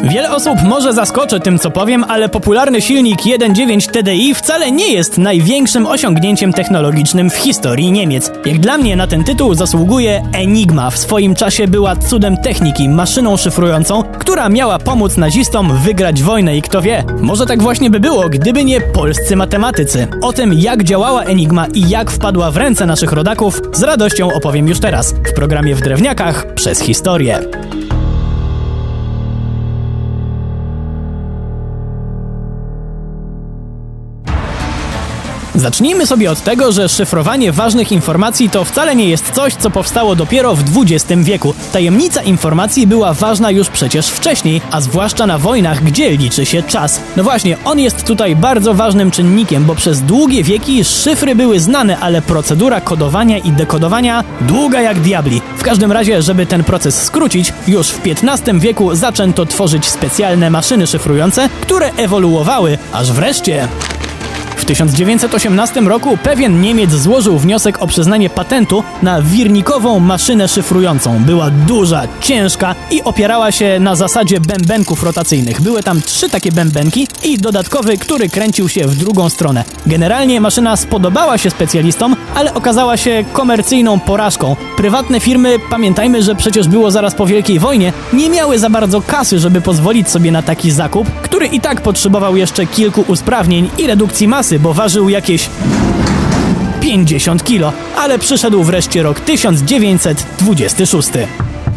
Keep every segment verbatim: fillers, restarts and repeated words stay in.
Wiele osób może zaskoczę tym, co powiem, ale popularny silnik jeden dziewięć T D I wcale nie jest największym osiągnięciem technologicznym w historii Niemiec. Jak dla mnie na ten tytuł zasługuje Enigma. W swoim czasie była cudem techniki, maszyną szyfrującą, która miała pomóc nazistom wygrać wojnę i kto wie, może tak właśnie by było, gdyby nie polscy matematycy. O tym, jak działała Enigma i jak wpadła w ręce naszych rodaków, z radością opowiem już teraz w programie W Drewniakach przez historię. Zacznijmy sobie od tego, że szyfrowanie ważnych informacji to wcale nie jest coś, co powstało dopiero w dwudziestym wieku. Tajemnica informacji była ważna już przecież wcześniej, a zwłaszcza na wojnach, gdzie liczy się czas. No właśnie, on jest tutaj bardzo ważnym czynnikiem, bo przez długie wieki szyfry były znane, ale procedura kodowania i dekodowania długa jak diabli. W każdym razie, żeby ten proces skrócić, już w piętnastym wieku zaczęto tworzyć specjalne maszyny szyfrujące, które ewoluowały, aż wreszcie... W tysiąc dziewięćset osiemnastym roku pewien Niemiec złożył wniosek o przyznanie patentu na wirnikową maszynę szyfrującą. Była duża, ciężka i opierała się na zasadzie bębenków rotacyjnych. Były tam trzy takie bębenki i dodatkowy, który kręcił się w drugą stronę. Generalnie maszyna spodobała się specjalistom, ale okazała się komercyjną porażką. Prywatne firmy, pamiętajmy, że przecież było zaraz po Wielkiej Wojnie, nie miały za bardzo kasy, żeby pozwolić sobie na taki zakup, który i tak potrzebował jeszcze kilku usprawnień i redukcji masy, bo ważył jakieś pięćdziesiąt kilo, ale przyszedł wreszcie rok tysiąc dziewięćset dwudziesty szósty.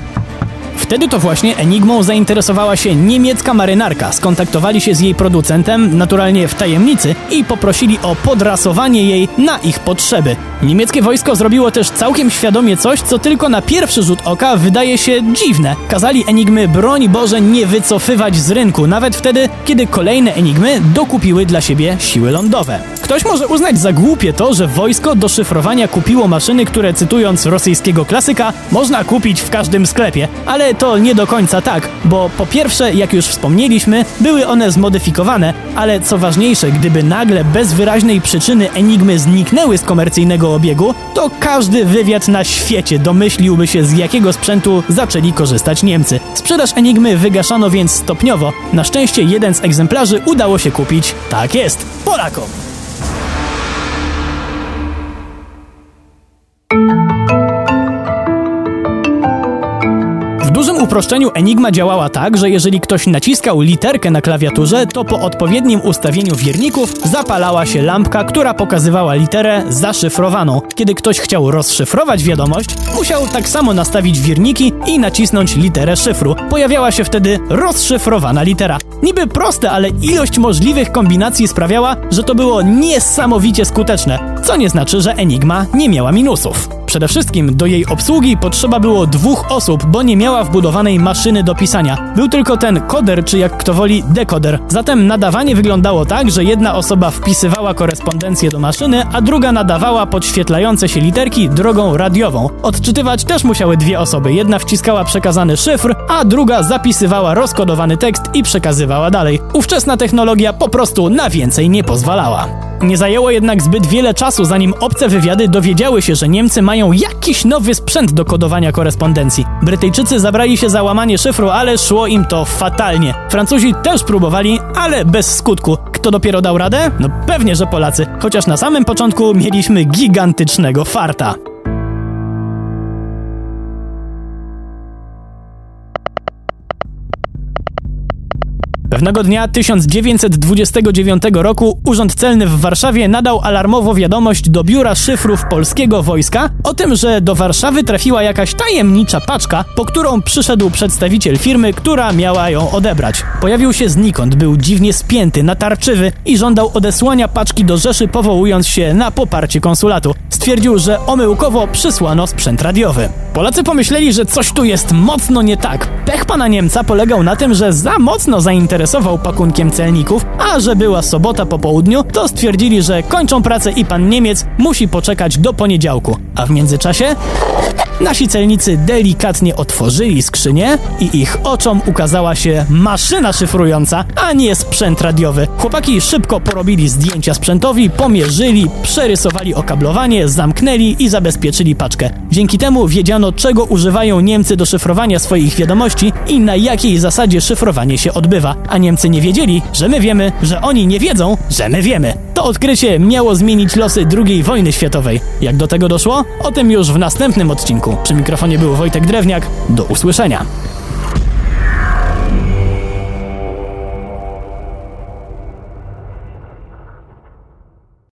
Wtedy to właśnie Enigmą zainteresowała się niemiecka marynarka. Skontaktowali się z jej producentem, naturalnie w tajemnicy, i poprosili o podrasowanie jej na ich potrzeby. Niemieckie wojsko zrobiło też całkiem świadomie coś, co tylko na pierwszy rzut oka wydaje się dziwne. Kazali Enigmy, broń Boże, nie wycofywać z rynku, nawet wtedy, kiedy kolejne Enigmy dokupiły dla siebie siły lądowe. Ktoś może uznać za głupie to, że wojsko do szyfrowania kupiło maszyny, które, cytując rosyjskiego klasyka, można kupić w każdym sklepie, ale to nie do końca tak, bo po pierwsze, jak już wspomnieliśmy, były one zmodyfikowane, ale co ważniejsze, gdyby nagle bez wyraźnej przyczyny Enigmy zniknęły z komercyjnego obiegu, to każdy wywiad na świecie domyśliłby się, z jakiego sprzętu zaczęli korzystać Niemcy. Sprzedaż Enigmy wygaszano więc stopniowo. Na szczęście jeden z egzemplarzy udało się kupić, tak jest, Polakom. W dużym uproszczeniu Enigma działała tak, że jeżeli ktoś naciskał literkę na klawiaturze, to po odpowiednim ustawieniu wirników zapalała się lampka, która pokazywała literę zaszyfrowaną. Kiedy ktoś chciał rozszyfrować wiadomość, musiał tak samo nastawić wirniki i nacisnąć literę szyfru. Pojawiała się wtedy rozszyfrowana litera. Niby proste, ale ilość możliwych kombinacji sprawiała, że to było niesamowicie skuteczne, co nie znaczy, że Enigma nie miała minusów. Przede wszystkim do jej obsługi potrzeba było dwóch osób, bo nie miała wbudowanej maszyny do pisania. Był tylko ten koder, czy jak kto woli, dekoder. Zatem nadawanie wyglądało tak, że jedna osoba wpisywała korespondencję do maszyny, a druga nadawała podświetlające się literki drogą radiową. Odczytywać też musiały dwie osoby. Jedna wciskała przekazany szyfr, a druga zapisywała rozkodowany tekst i przekazywała dalej. Ówczesna technologia po prostu na więcej nie pozwalała. Nie zajęło jednak zbyt wiele czasu, zanim obce wywiady dowiedziały się, że Niemcy mają jakiś nowy sprzęt do kodowania korespondencji. Brytyjczycy zabrali się za łamanie szyfru, ale szło im to fatalnie. Francuzi też próbowali, ale bez skutku. Kto dopiero dał radę? No pewnie, że Polacy. Chociaż na samym początku mieliśmy gigantycznego farta. Pewnego dnia tysiąc dziewięćset dwudziestego dziewiątego roku Urząd Celny w Warszawie nadał alarmowo wiadomość do Biura Szyfrów Polskiego Wojska o tym, że do Warszawy trafiła jakaś tajemnicza paczka, po którą przyszedł przedstawiciel firmy, która miała ją odebrać. Pojawił się znikąd, był dziwnie spięty, natarczywy i żądał odesłania paczki do Rzeszy, powołując się na poparcie konsulatu. Stwierdził, że omyłkowo przysłano sprzęt radiowy. Polacy pomyśleli, że coś tu jest mocno nie tak. Pech pana Niemca polegał na tym, że za mocno zainteresował zainteresował pakunkiem celników, a że była sobota po południu, to stwierdzili, że kończą pracę i pan Niemiec musi poczekać do poniedziałku. A w międzyczasie nasi celnicy delikatnie otworzyli skrzynię i ich oczom ukazała się maszyna szyfrująca, a nie sprzęt radiowy. Chłopaki szybko porobili zdjęcia sprzętowi, pomierzyli, przerysowali okablowanie, zamknęli i zabezpieczyli paczkę. Dzięki temu wiedziano, czego używają Niemcy do szyfrowania swoich wiadomości i na jakiej zasadzie szyfrowanie się odbywa. A Niemcy nie wiedzieli, że my wiemy, że oni nie wiedzą, że my wiemy. To odkrycie miało zmienić losy drugiej wojny światowej. Jak do tego doszło? O tym już w następnym odcinku. Przy mikrofonie był Wojtek Drewniak. Do usłyszenia.